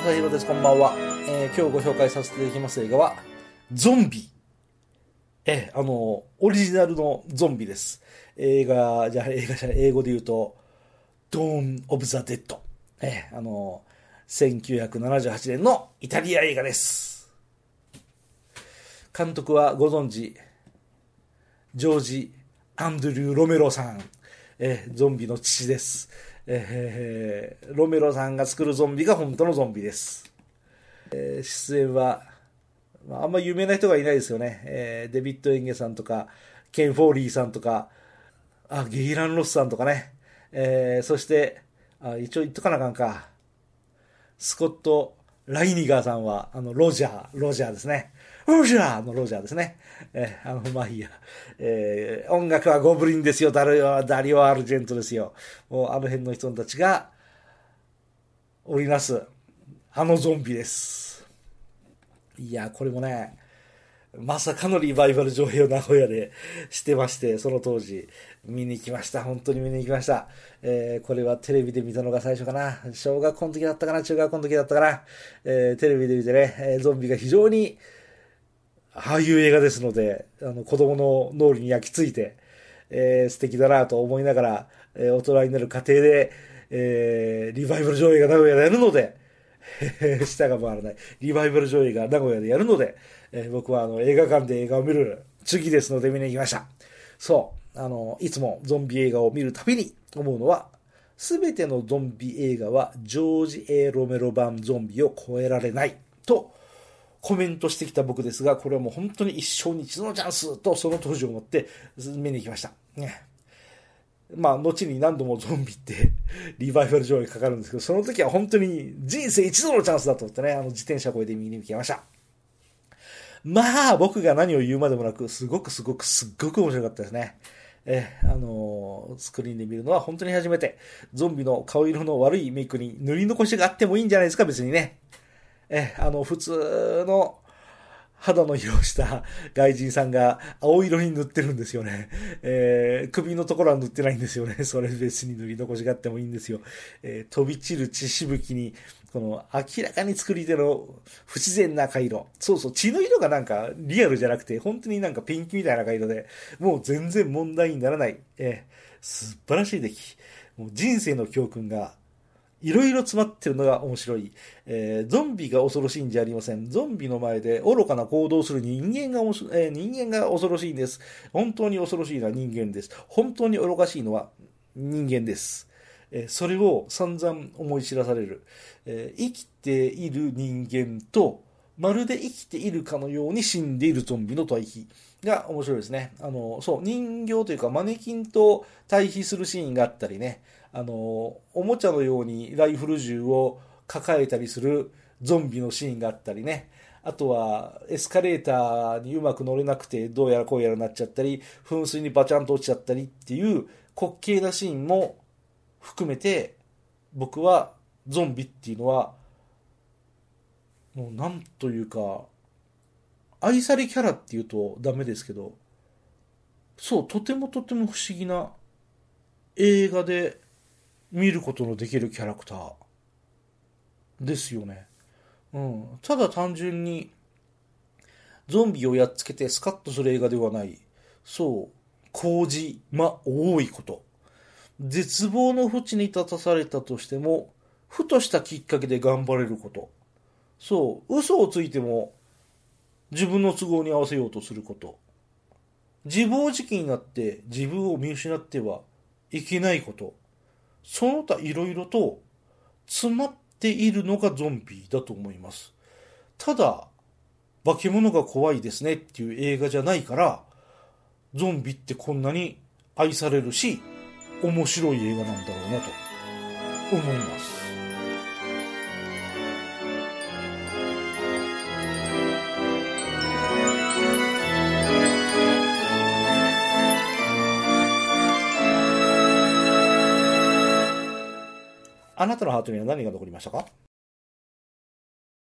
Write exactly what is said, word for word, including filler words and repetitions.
正宏です。こんばんは。えー、今日ご紹介させていただきます映画は、ゾンビ。えー、あの、オリジナルのゾンビです。映画、じゃあ、映画じゃ英語で言うと、Dawn of the Dead。えー、あの、せんきゅうひゃくななじゅうはちねんのイタリア映画です。監督はご存知、ジョージ・アンドリュー・ロメロさん。えー、ゾンビの父です。えー、ロメロさんが作るゾンビが本当のゾンビです。えー、出演は、まあ、あんま有名な人がいないですよね。えー、デビッド・エンゲさんとか、ケン・フォーリーさんとか、あ、ゲイラン・ロスさんとかね。えー、そして、あ、一応言っとかなあかんか。スコット・ライニガーさんは、あの、ロジャー、ロジャーですね。ロジャーのロジャーですね。えー、あの、まあいいや。えー、音楽はゴブリンですよ。ダリオ、ダリオ・アルジェントですよ。もう、あの辺の人たちが、織りなす、あのゾンビです。いや、これもね、まさかのリバイバル上映を名古屋でしてまして、その当時、見に行きました。本当に見に行きました。えー、これはテレビで見たのが最初かな。小学校の時だったかな、中学校の時だったかな。えー、テレビで見てね、えー、ゾンビが非常に、ああいう映画ですので、あの、子供の脳裏に焼き付いて、えー、素敵だなと思いながら、えー、大人になる過程で、えー、リバイバル上映が名古屋でやるので、舌が回らない。リバイバル上映が名古屋でやるので、えー、僕はあの映画館で映画を見る次ですので見に行きました。そう。あの、いつもゾンビ映画を見るたびに思うのは、すべてのゾンビ映画はジョージ・エー・ロメロ版ゾンビを超えられないとコメントしてきた僕ですが、これはもう本当に一生に一度のチャンスとその当時を思って見に行きました。ね。まあ、後に何度もゾンビってリバイバル上映かかるんですけど、その時は本当に人生一度のチャンスだと思ってね、あの自転車こいで見に行きました。まあ、僕が何を言うまでもなく、すごくすごくすっごく面白かったですね。え、あのー、スクリーンで見るのは本当に初めて、ゾンビの顔色の悪いメイクに塗り残しがあってもいいんじゃないですか、別にね。え、あの、普通の、肌の色をした外人さんが青色に塗ってるんですよね。えー、首のところは塗ってないんですよね。それ別に塗り残しがあってもいいんですよ。えー、飛び散る血しぶきに、この明らかに作り手の不自然な赤色。そうそう、血の色がなんかリアルじゃなくて、本当になんかペンキみたいな赤色で、もう全然問題にならない。えー、素晴らしい出来。もう人生の教訓がいろいろ詰まってるのが面白い、えー。ゾンビが恐ろしいんじゃありません。ゾンビの前で愚かな行動をする人間が、えー、人間が恐ろしいんです。本当に恐ろしいのは人間です。本当に愚かしいのは人間です。えー、それを散々思い知らされる、えー。生きている人間と、まるで生きているかのように死んでいるゾンビの対比が面白いですね。あの、そう、人形というかマネキンと対比するシーンがあったりね。あの、おもちゃのようにライフル銃を抱えたりするゾンビのシーンがあったりね。あとは、エスカレーターにうまく乗れなくて、どうやらこうやらなっちゃったり、噴水にバチャンと落ちちゃったりっていう滑稽なシーンも含めて、僕はゾンビっていうのは、もうなんというか、愛されキャラっていうとダメですけど、そう、とてもとても不思議な映画で、見ることのできるキャラクターですよね。うん。ただ単純にゾンビをやっつけてスカッとする映画ではない。そう。工事、ま、多いこと。絶望の淵に立たされたとしても、ふとしたきっかけで頑張れること。そう。嘘をついても自分の都合に合わせようとすること。自暴自棄になって自分を見失ってはいけないこと。その他いろいろと詰まっているのがゾンビだと思います。ただ、化け物が怖いですねっていう映画じゃないから、ゾンビってこんなに愛されるし、面白い映画なんだろうなと思います。あなたのハートには何が残りましたか？